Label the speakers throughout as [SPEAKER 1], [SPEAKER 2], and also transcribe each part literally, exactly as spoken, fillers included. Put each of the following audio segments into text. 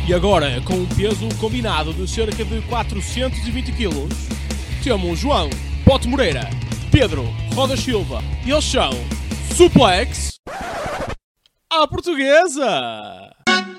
[SPEAKER 1] E agora, com um peso combinado de cerca de quatrocentos e vinte quilos, temos João Pote Moreira, Pedro Roda Silva e eles são Suplex à Portuguesa!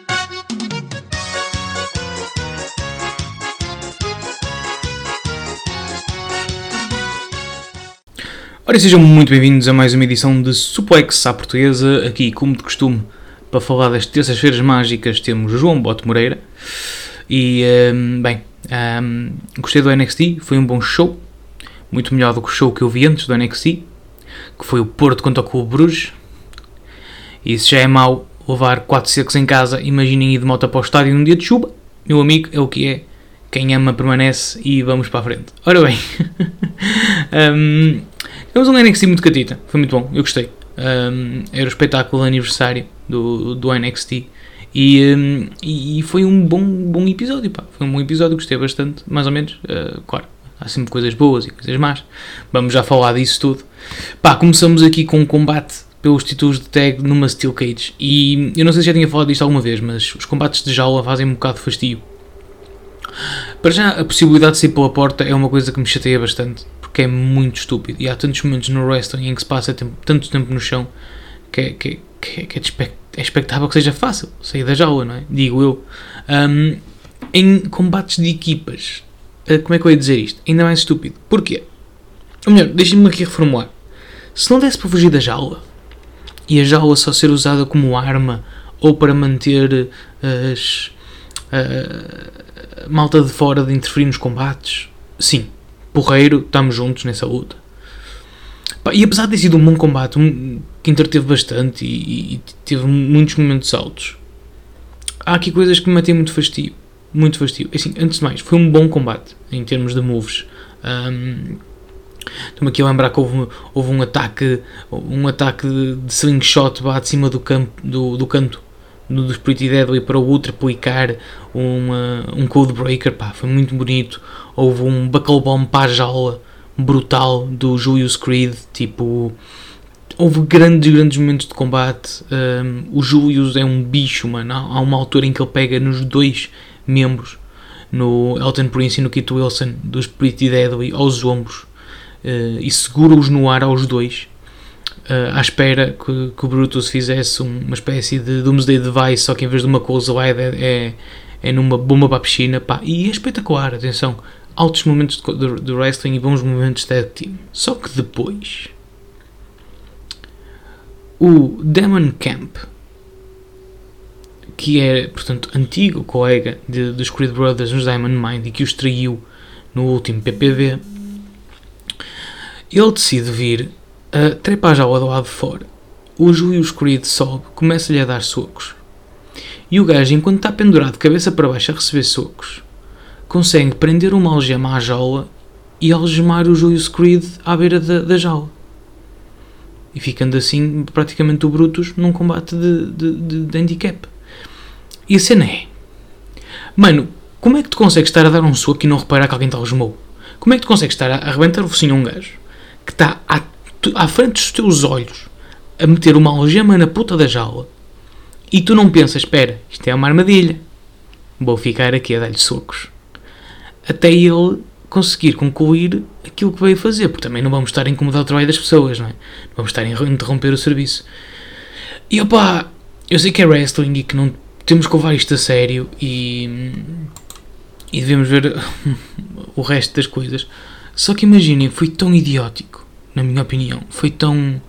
[SPEAKER 2] Ora, sejam muito bem-vindos a mais uma edição de Suplex à Portuguesa. Aqui, como de costume, para falar das terças-feiras mágicas, temos João Bote Moreira. E, um, bem, um, gostei do N X T, foi um bom show. Muito melhor do que o show que eu vi antes do N X T, que foi o Porto contra o Clube Bruges. E se já é mau levar quatro secos em casa, imaginem ir de moto para o estádio num dia de chuva. Meu amigo, é o que é. Quem ama permanece e vamos para a frente. Ora bem, um, temos um N X T muito catita, foi muito bom, eu gostei. Um, era o espetáculo de aniversário do, do N X T e, um, e foi um bom, bom episódio, pá. Foi um bom episódio, gostei bastante, mais ou menos. Uh, claro, há sempre coisas boas e coisas más, vamos já falar disso tudo. Pá, começamos aqui com um combate pelos títulos de tag numa Steel Cage e eu não sei se já tinha falado disto alguma vez, mas os combates de jaula fazem um bocado de fastio. Para já, a possibilidade de sair pela porta é uma coisa que me chateia bastante, porque é muito estúpido. E há tantos momentos no wrestling em que se passa tempo, tanto tempo no chão que é, que, que, que é, expect, é expectável que seja fácil sair da jaula, não é? Digo eu. Um, em combates de equipas, uh, como é que eu ia dizer isto? Ainda mais estúpido. Porquê? Ou melhor, deixem-me aqui reformular. Se não desse para fugir da jaula, e a jaula só ser usada como arma ou para manter as... Uh, malta de fora de interferir nos combates, sim, porreiro, estamos juntos nessa luta. Pá, e apesar de ter sido um bom combate, um, que entreteve bastante e, e teve muitos momentos altos, há aqui coisas que me metem muito fastio, muito fastio. Assim, antes de mais, foi um bom combate em termos de moves. Um, Estou-me aqui a lembrar que houve, houve um ataque, um ataque de, de slingshot lá de cima do, campo, do, do canto do Pretty Deadly para o triplicar uma, um Codebreaker, pá, foi muito bonito. Houve um Buckle Bomb para a jaula brutal do Julius Creed, tipo, houve grandes, grandes momentos de combate. Um, o Julius é um bicho, mano. Há, há uma altura em que ele pega nos dois membros, no Elton Prince e no Kit Wilson, dos Pretty Deadly, aos ombros, uh, e segura-os no ar aos dois. Uh, à espera que, que o Brutus fizesse uma espécie de Doomsday Device, só que em vez de uma coisa lá é, é, é numa bomba para a piscina, pá, e é espetacular, atenção, altos momentos de, de, de wrestling e bons momentos de tag team. Só que depois o Damon Camp, que é, portanto, antigo colega de, dos Creed Brothers nos Diamond Mine e que os traiu no último P P V, ele decide vir Uh, trepa a jaula do lado de fora. O Julius Creed sobe, começa-lhe a dar socos. E o gajo, enquanto está pendurado de cabeça para baixo a receber socos, consegue prender uma algema à jaula e algemar o Julius Creed à beira da, da jaula. E ficando assim, praticamente o Brutus num combate de, de, de, de handicap. E a cena é: mano, como é que tu consegues estar a dar um soco e não reparar que alguém te algemou? Como é que tu consegues estar a arrebentar o focinho a um gajo que está a Tu, à frente dos teus olhos, a meter uma algema na puta da jaula, e tu não pensas, espera, isto é uma armadilha, vou ficar aqui a dar-lhe socos, até ele conseguir concluir aquilo que veio fazer, porque também não vamos estar a incomodar o trabalho das pessoas, não é? Não vamos estar a interromper o serviço. E opá, eu sei que é wrestling e que não temos que levar isto a sério e, e devemos ver o resto das coisas, só que imaginem, foi tão idiótico. Na minha opinião, foi tão...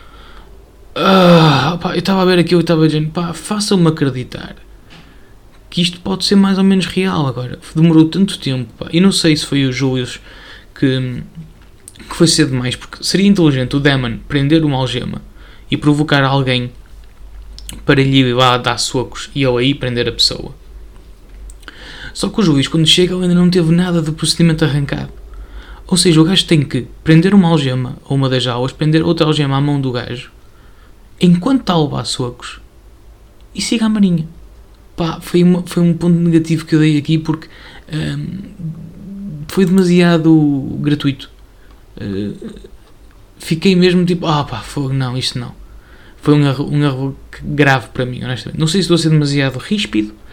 [SPEAKER 2] Ah, pá, eu estava a ver aquilo e estava dizendo, pá, façam-me acreditar que isto pode ser mais ou menos real agora. Demorou tanto tempo, pá. E não sei se foi o Julius que, que foi cedo demais, porque seria inteligente o Damon prender uma algema e provocar alguém para lhe ir lá dar socos e ele aí prender a pessoa. Só que o Julius, quando chega, ele ainda não teve nada do procedimento arrancado. Ou seja, o gajo tem que prender uma algema a uma das jaulas, prender outra algema à mão do gajo, enquanto está a levar socos, e siga a marinha. Pá, foi, uma, foi um ponto negativo que eu dei aqui, porque hum, foi demasiado gratuito. Uh, fiquei mesmo tipo, ah pá, foi, não, isto não. Foi um erro, um erro grave para mim, honestamente. Não sei se estou a ser demasiado ríspido,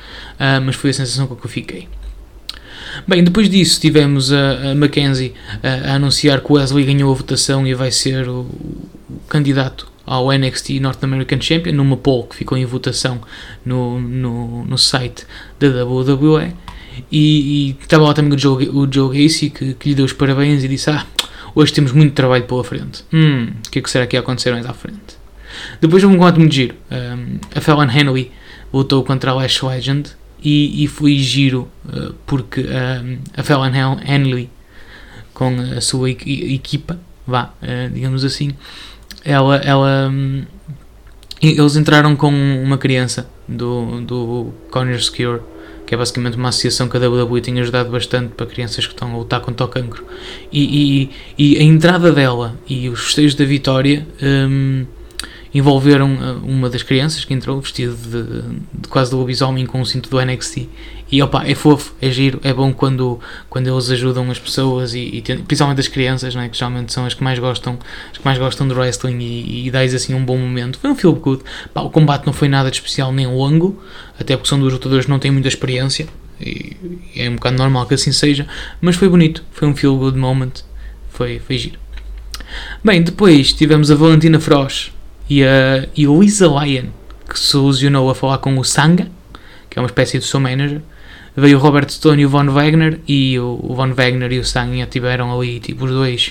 [SPEAKER 2] uh, mas foi a sensação com que eu fiquei. Bem, depois disso tivemos a, a Mackenzie a, a anunciar que o Wesley ganhou a votação e vai ser o, o candidato ao N X T North American Champion, numa poll que ficou em votação no, no, no site da W W E, e, e estava lá também o Joe, o Joe Gacy, que, que lhe deu os parabéns e disse: ah, hoje temos muito trabalho pela frente. Hum, o que é que será que ia acontecer mais à frente? Depois houve um combate muito giro. Um, a Fallon Henley lutou contra a Lash Legend e, e foi giro uh, porque um, a Fallon Henley, com a sua equipa, vá, uh, digamos assim, ela, ela um, eles entraram com uma criança do, do Connors Cure, que é basicamente uma associação que a W W E tem ajudado bastante para crianças que estão a lutar contra o cancro, e, e, e a entrada dela e os festejos da vitória um, envolveram uma das crianças que entrou vestido de, de quase de lobisomem com o cinto do N X T, e opa, é fofo, é giro, é bom quando, quando eles ajudam as pessoas, e, e principalmente as crianças, não é? Que geralmente são as que mais gostam, as que mais gostam de wrestling, e, e dás assim um bom momento. Foi um feel good. Pá, o combate não foi nada de especial nem longo, até porque são dois lutadores que não têm muita experiência, e, e é um bocado normal que assim seja, mas foi bonito, foi um feel good moment, foi, foi giro. Bem, depois tivemos a Valentina Frosch e a e Lisa Lyon, que se ilusionou a falar com o Sanga, que é uma espécie de seu manager. Veio o Robert Stone e o Von Wagner, e o, o Von Wagner e o Sanga tiveram ali, tipo, os dois: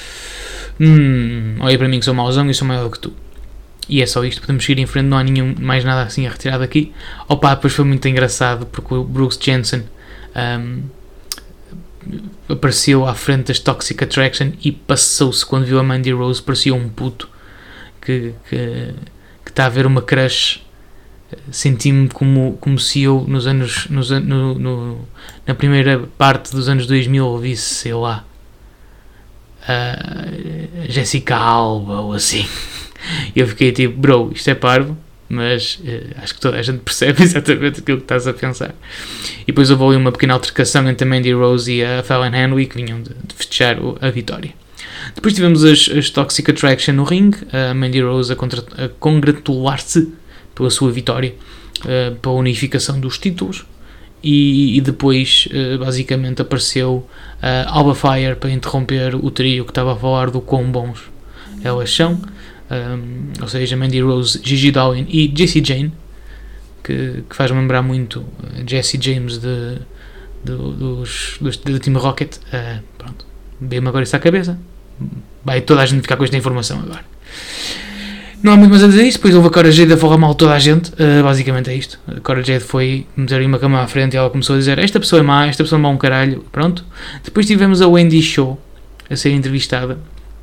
[SPEAKER 2] hum, olha para mim que sou mauzão e sou maior do que tu. E é só isto, podemos seguir em frente, não há nenhum, mais nada assim a retirar daqui. Opa, depois foi muito engraçado porque o Brooks Jensen um, apareceu à frente das Toxic Attraction e passou-se quando viu a Mandy Rose, parecia um puto que está a ver uma crush. Senti-me como, como se eu nos anos, nos, no, no, na primeira parte dos anos dois mil ouvisse, sei lá, uh, Jessica Alba ou assim. E eu fiquei tipo, bro, isto é parvo, mas uh, acho que toda a gente percebe exatamente aquilo que estás a pensar. E depois houve ali uma pequena altercação entre a Mandy Rose e a Fallon Henley, que vinham de, de festejar a vitória. Depois tivemos as, as Toxic Attraction no ringue, a Mandy Rose a, contra, a congratular-se pela sua vitória, uh, pela unificação dos títulos, e, e depois uh, basicamente apareceu uh, Alba Fire para interromper o trio que estava a falar do quão bons elas são, um, ou seja, Mandy Rose, Gigi Dolan e Jessie Jane, que, que faz lembrar muito Jessie James de, de, dos, dos, do Team Rocket. Uh, pronto, veio-me agora isso à cabeça, vai toda a gente ficar com esta informação agora. Não há muito mais a dizer isto. Depois houve a Cora Jade a falar mal de toda a gente, uh, basicamente é isto. A Cora Jade foi meter uma cama à frente e ela começou a dizer: esta pessoa é má, esta pessoa é má um caralho, pronto. Depois tivemos a Wendy Show a ser entrevistada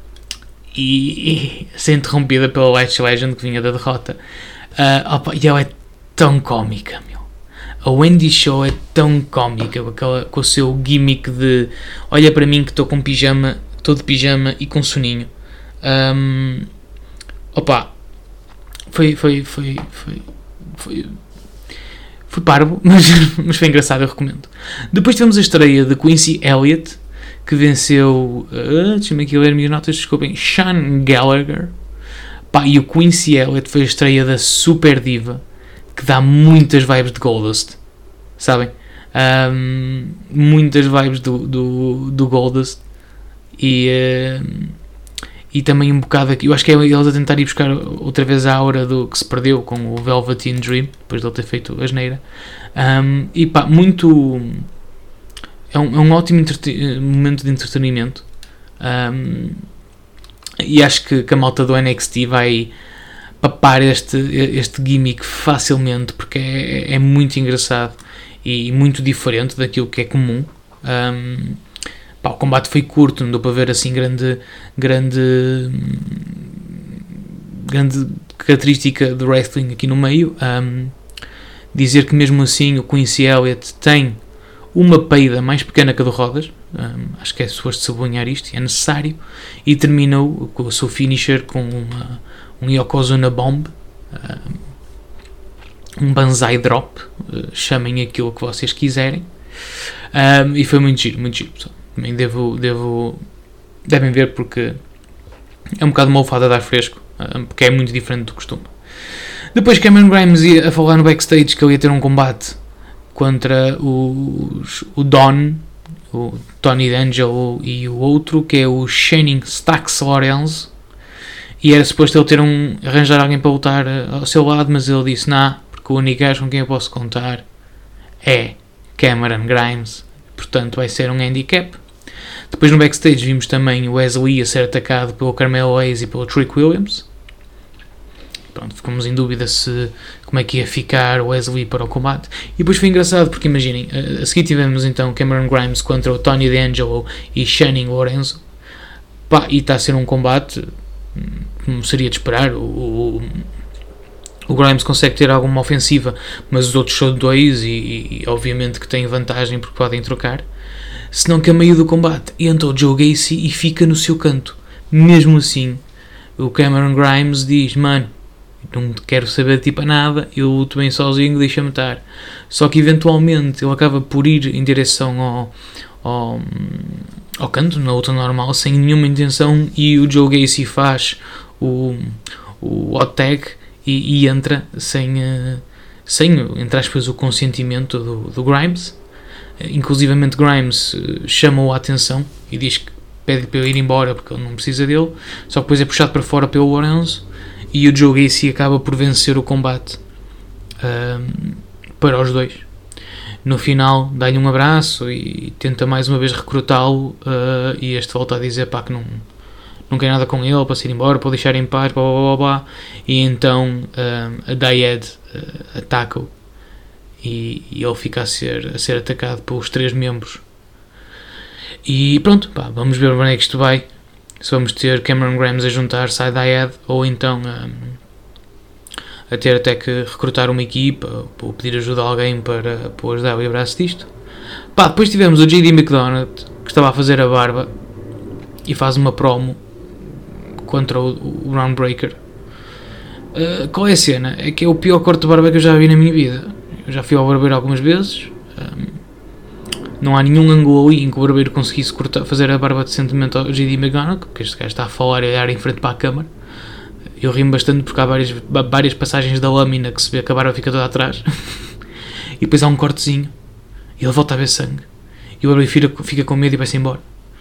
[SPEAKER 2] e, e a ser interrompida pela Lash Legend, que vinha da derrota, uh, opa, e ela é tão cómica, meu. A Wendy Show é tão cómica, com, aquela, com o seu gimmick de olha para mim que estou com pijama, estou de pijama e com soninho. Um, Opa, foi, foi, foi, foi, foi, foi parvo, mas, mas foi engraçado, eu recomendo. Depois tivemos a estreia de Quincy Elliott, que venceu, uh, deixa-me aqui ler minhas notas, desculpem, Sean Gallagher. Pá, e o Quincy Elliott foi a estreia da Super Diva, que dá muitas vibes de Goldust, sabem? Um, muitas vibes do, do, do Goldust, e... Uh, e também um bocado aqui, eu acho que é eles a tentar ir buscar outra vez a aura do que se perdeu com o Velveteen Dream, depois de ele ter feito a asneira. Um, e pá, muito... É um, é um ótimo entrete- momento de entretenimento. Um, e acho que, que a malta do N X T vai papar este, este gimmick facilmente, porque é, é muito engraçado e muito diferente daquilo que é comum. Um, O combate foi curto, não deu para ver assim grande, grande, grande característica do wrestling aqui no meio. Um, dizer que mesmo assim o Quincy Elliott tem uma peida mais pequena que a do Rodas, um, acho que é suposto sublinhar isto, é necessário, e terminou com o seu finisher com uma, um Yokozuna Bomb, um, um Banzai Drop, uh, chamem aquilo que vocês quiserem, um, e foi muito giro, muito giro, pessoal. Também devo, devo, devem ver, porque é um bocado uma almofada de ar fresco, porque é muito diferente do costume. Depois Cameron Grimes ia a falar no backstage que ele ia ter um combate contra os, o Don, o Tony D'Angelo e o outro, que é o Channing Stax Lorenzo, e era suposto ele ter um, arranjar alguém para lutar ao seu lado, mas ele disse, não, porque o único gajo com quem eu posso contar é Cameron Grimes, portanto vai ser um handicap. Depois no backstage vimos também o Wesley a ser atacado pelo Carmelo Hayes e pelo Trick Williams. Pronto, ficamos em dúvida se como é que ia ficar o Wesley para o combate. E depois foi engraçado porque imaginem, a seguir tivemos então Cameron Grimes contra o Tony D'Angelo e Channing Lorenzo. Pá, e está a ser um combate como seria de esperar. O, o, o Grimes consegue ter alguma ofensiva, mas os outros são dois e, e obviamente que têm vantagem porque podem trocar. Senão que a meio do combate entra o Joe Gacy e fica no seu canto. Mesmo assim, o Cameron Grimes diz, mano, não quero saber de tipo a nada, eu luto bem sozinho, deixa-me estar. Só que eventualmente ele acaba por ir em direção ao, ao, ao canto, na luta normal, sem nenhuma intenção, e o Joe Gacy faz o, o hot tag e, e entra sem, sem, entre aspas, o consentimento do, do Grimes. Inclusivamente Grimes chama-o a atenção e diz que pede para ele ir embora porque ele não precisa dele, só que depois é puxado para fora pelo Lorenzo e o Joe Gacy acaba por vencer o combate um, para os dois. No final dá-lhe um abraço e tenta mais uma vez recrutá-lo, uh, e este volta a dizer pá, que não, não quer nada com ele, para se ir embora, para o deixar em paz, blá, blá, blá, blá. E então um, a Dyad uh, ataca-o e, e ele fica a ser, a ser atacado pelos três membros. E pronto, pá, vamos ver onde é que isto vai. Se vamos ter Cameron Grimes a juntar-se à Dyad, ou então um, a ter até que recrutar uma equipa ou pedir ajuda a alguém para, para ajudar o abraço disto. Pá, depois tivemos o J D McDonagh, que estava a fazer a barba e faz uma promo contra o, o Bron Breakker. Uh, qual é a cena? É que é o pior corte de barba que eu já vi na minha vida. Eu já fui ao barbeiro algumas vezes. Um, não há nenhum ângulo ali em que o barbeiro conseguisse cortar, fazer a barba decentemente ao J D McDonagh, porque este gajo está a falar e a olhar em frente para a câmara. Eu rimo bastante porque há várias, várias passagens da lâmina que se vê que a barba fica toda atrás. E depois há um cortezinho e ele volta a ver sangue e o barbeiro fica, fica com medo e vai-se embora.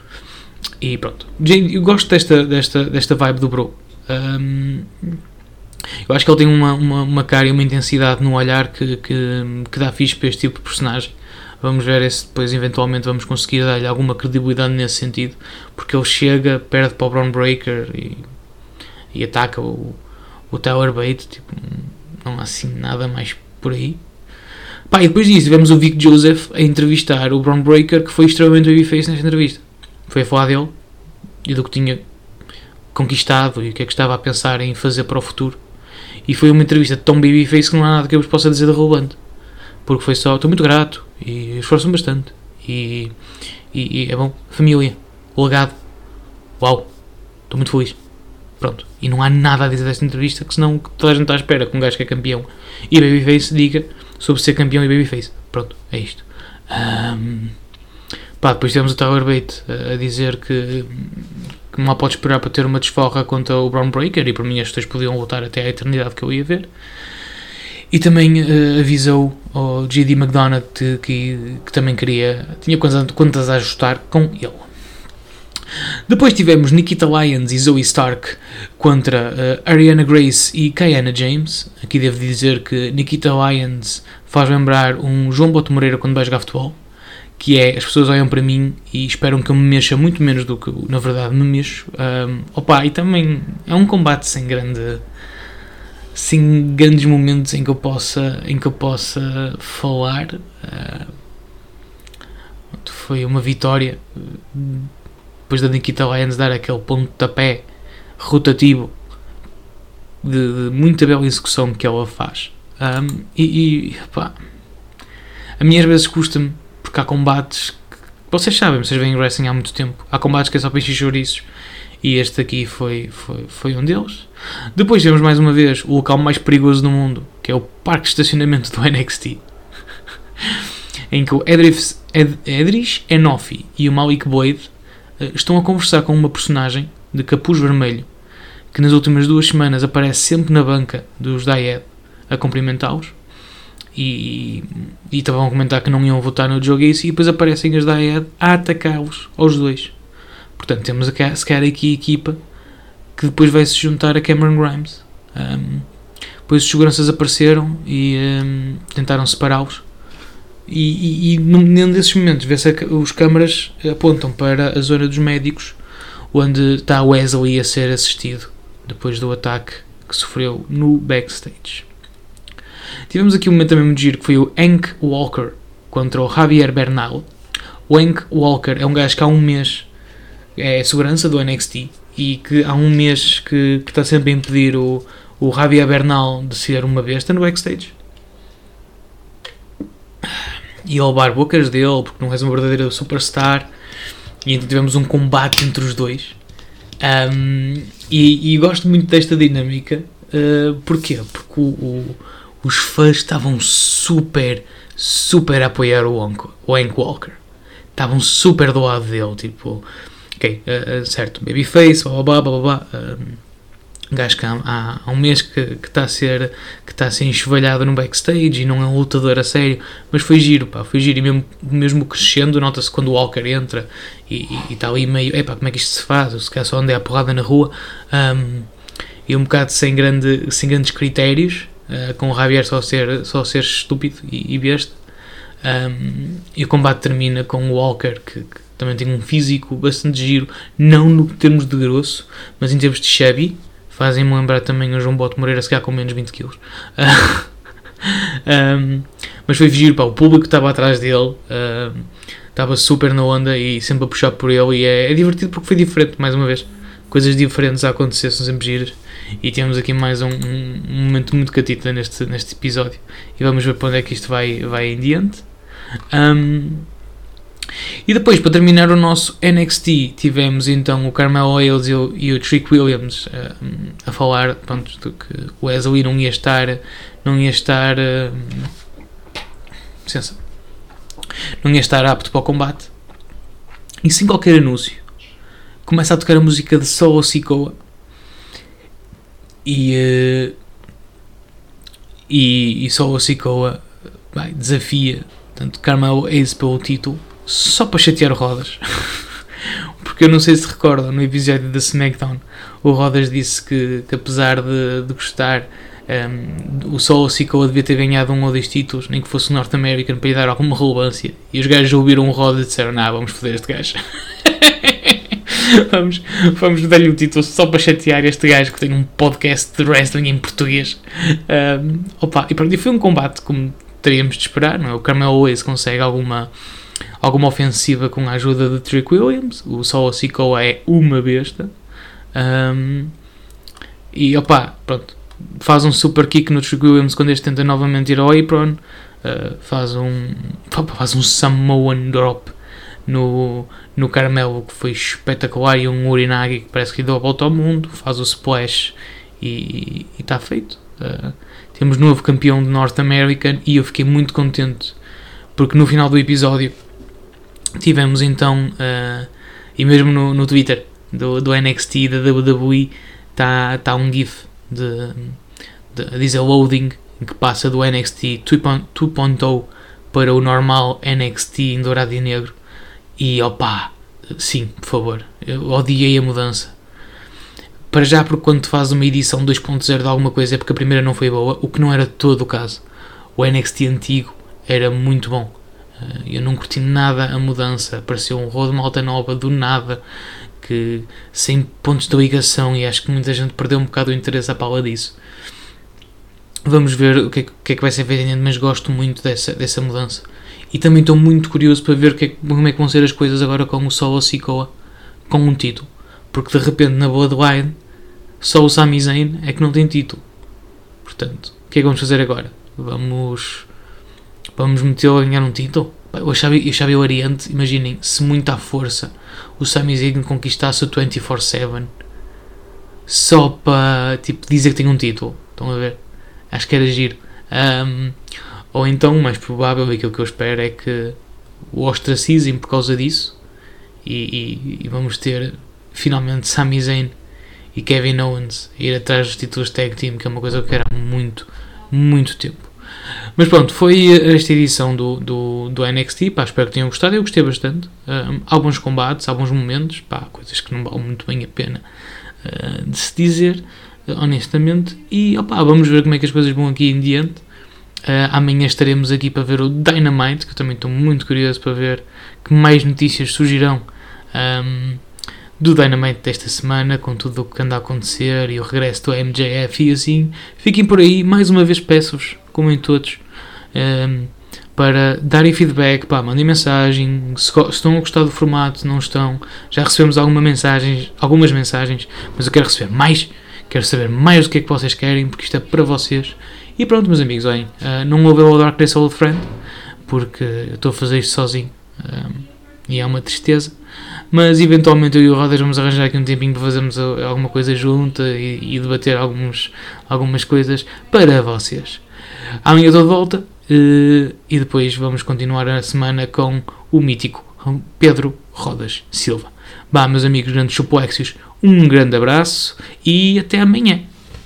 [SPEAKER 2] E pronto, eu gosto desta, desta, desta vibe do bro. Um, eu acho que ele tem uma, uma, uma cara e uma intensidade no olhar que, que, que dá fixe para este tipo de personagem. Vamos ver se depois eventualmente vamos conseguir dar-lhe alguma credibilidade nesse sentido, porque ele chega, perde para o Bron Breakker e, e ataca o, o Tyler Bate, tipo, não há assim nada mais por aí. Pá, e depois disso tivemos o Vic Joseph a entrevistar o Bron Breakker, que foi extremamente babyface nesta entrevista. Foi a falar dele e do que tinha conquistado e o que é que estava a pensar em fazer para o futuro. E foi uma entrevista tão babyface que não há nada que eu vos possa dizer de relevante, porque foi só, estou muito grato e esforço-me bastante e, e, e é bom, família, legado, uau, estou muito feliz, pronto. E não há nada a dizer desta entrevista que senão toda a gente está à espera que um gajo que é campeão e babyface diga sobre ser campeão e babyface. Pronto, é isto. Um, pá, depois temos o Tyler Bate a dizer que, que mal pode esperar para ter uma desforra contra o Bron Breakker, e por mim estes dois podiam lutar até à eternidade que eu ia ver. E também uh, avisou ao J D McDonagh que, que, que também queria, tinha contas, contas a ajustar com ele. Depois tivemos Nikita Lyons e Zoe Stark contra uh, Ariana Grace e Kiana James. Aqui devo dizer que Nikita Lyons faz lembrar um João Boto Moreira quando vai jogar futebol, que é, as pessoas olham para mim e esperam que eu me mexa muito menos do que na verdade me mexo. Um, opa, e também é um combate sem grande... sem grandes momentos em que eu possa, em que eu possa falar. Uh, foi uma vitória depois da Nikita Lyons dar aquele pontapé rotativo de, de muita bela execução que ela faz. Um, e, e pá, a mim às vezes custa-me, porque há combates que, vocês sabem, vocês veem wrestling há muito tempo, há combates que é só peixe e chouriços, e este aqui foi, foi, foi um deles. Depois temos mais uma vez o local mais perigoso do mundo, que é o parque de estacionamento do N X T, em que o Edris, Ed, Edris Enofi e o Malik Blade uh, estão a conversar com uma personagem de capuz vermelho, que nas últimas duas semanas aparece sempre na banca dos Dyad a cumprimentá-los, e, e estavam a comentar que não iam votar no Joe Gacy, e depois aparecem as Dyad a atacá-los aos dois. Portanto, temos a, se calhar aqui a equipa que depois vai se juntar a Cameron Grimes. Um, depois os seguranças apareceram e um, tentaram separá-los, e, e, e num desses momentos vê-se que os câmaras apontam para a zona dos médicos, onde está Wesley a ser assistido depois do ataque que sofreu no backstage. Tivemos aqui um momento também muito giro, que foi o Hank Walker contra o Javier Bernal. O Hank Walker é um gajo que há um mês é segurança do N X T, e que há um mês que, que está sempre a impedir o, o Javier Bernal de ser uma besta no backstage e a levar bocas dele porque não és um verdadeiro superstar, e então tivemos um combate entre os dois. Um, e, e gosto muito desta dinâmica. Uh, porquê? Porque o, o, os fãs estavam super, super a apoiar o Hank, o Hank Walker. Estavam super do lado dele, tipo, ok, uh, uh, certo, babyface, blá blá blá blá blá. Um, gajo que há, há, há um mês que está a ser que está a ser enxovalhado no backstage e não é um lutador a sério, mas foi giro, pá, foi giro, e mesmo, mesmo crescendo, nota-se quando o Walker entra e está ali meio, epá, como é que isto se faz? Se calhar só andei a porrada na rua, um, e um bocado sem, grande, sem grandes critérios, uh, com o Javier só ser, só ser estúpido e, e besta, um, e o combate termina com o Walker que, que também tem um físico bastante giro, não no termos de grosso, mas em termos de chubby. Fazem-me lembrar também o João Bote Moreira, se calhar com menos vinte quilos. um, mas foi giro, pá, o público estava atrás dele, um, estava super na onda e sempre a puxar por ele, e é, é divertido porque foi diferente, mais uma vez. Coisas diferentes a acontecer, são sempre giras. E temos aqui mais um, um, um momento muito catita neste, neste episódio. E vamos ver para onde é que isto vai, vai em diante. Um, E depois, para terminar o nosso N X T, tivemos então o Carmelo Hayes e o, e o Trick Williams uh, a falar, pronto, de que o Wesley não ia estar, não ia estar, uh, licença, não ia estar apto para o combate. E sem qualquer anúncio, começa a tocar a música de Solo Sikoa e, uh, e, e Solo Sikoa vai, desafia tanto Carmelo Hayes pelo título, só para chatear o Rodas. Porque eu não sei se recordam, no episódio da SmackDown o Rodas disse que, que apesar de, de gostar, um, o Solo Sikoa devia ter ganhado um ou dois títulos, nem que fosse North American, para lhe dar alguma relevância, e os gajos ouviram o Rodas e disseram, não, vamos foder este gajo. vamos, vamos dar-lhe o título só para chatear este gajo que tem um podcast de wrestling em português. Um, opa, e pronto, e foi um combate como teríamos de esperar, não é? O Carmelo Hayes consegue alguma alguma ofensiva com a ajuda de Trick Williams, o Solo Sikoa é uma besta, um, e opa, pronto, faz um super kick no Trick Williams quando este tenta novamente ir ao apron, uh, faz um opa, faz um Samoan drop no, no Carmelo, que foi espetacular, e um Urinagi que parece que lhe deu a volta ao mundo, faz o splash e está feito. Uh, temos novo campeão de North American, e eu fiquei muito contente porque no final do episódio tivemos então, uh, e mesmo no, no Twitter do, do N X T e da W W E está tá um gif de, de, diz a loading, que passa do N X T dois ponto zero para o normal N X T em dourado e negro, e opa, sim, por favor, eu odiei a mudança. Para já, porque quando tu fazes uma edição dois ponto zero de alguma coisa é porque a primeira não foi boa, o que não era todo o caso. O N X T antigo era muito bom. Eu não curti nada a mudança. Apareceu um rolo de malta nova do nada, que sem pontos de ligação, e acho que muita gente perdeu um bocado o interesse à pala disso. Vamos ver o que é que, o que, é que vai ser feito, mas gosto muito dessa, dessa mudança. E também estou muito curioso para ver que é, como é que vão ser as coisas agora com o Solo Sikoa com um título. Porque de repente na Bloodline só o Sami Zayn é que não tem título. Portanto, o que é que vamos fazer agora? Vamos... Vamos metê-lo a ganhar um título? Eu achava, eu achava hilariante, imaginem, se muito à força o Sami Zayn conquistasse o vinte e quatro sete só para, tipo, dizer que tem um título. Estão a ver? Acho que era giro. Um, ou então, o mais provável, aquilo que eu espero é que o ostracizem por causa disso, e, e, e vamos ter finalmente Sami Zayn e Kevin Owens a ir atrás dos títulos tag team, que é uma coisa que eu quero há muito, muito tempo. Mas pronto, foi esta edição do, do, do N X T, pá, espero que tenham gostado, eu gostei bastante. Um, há bons combates, há bons momentos, pá, coisas que não valem muito bem a pena uh, de se dizer, uh, honestamente. E opá, vamos ver como é que as coisas vão aqui em diante. Uh, amanhã estaremos aqui para ver o Dynamite, que eu também estou muito curioso para ver que mais notícias surgirão um, do Dynamite desta semana, com tudo o que anda a acontecer e o regresso do M J F e assim. Fiquem por aí, mais uma vez peço-vos, como em todos, um, para darem feedback, pá, mandem mensagem, se, se estão a gostar do formato, se não estão, já recebemos alguma mensagem, algumas mensagens, mas eu quero receber mais, quero saber mais do que é que vocês querem, porque isto é para vocês. E pronto, meus amigos, olhem, uh, não houve o Dark Day Old Friend, porque eu estou a fazer isto sozinho, um, e é uma tristeza, mas eventualmente eu e o Rodas vamos arranjar aqui um tempinho para fazermos alguma coisa junta e, e debater alguns, algumas coisas para vocês. Amanhã estou de volta, uh, e depois vamos continuar a semana com o mítico Pedro Rodas Silva. Bah, meus amigos, grandes suplexios, um grande abraço e até amanhã.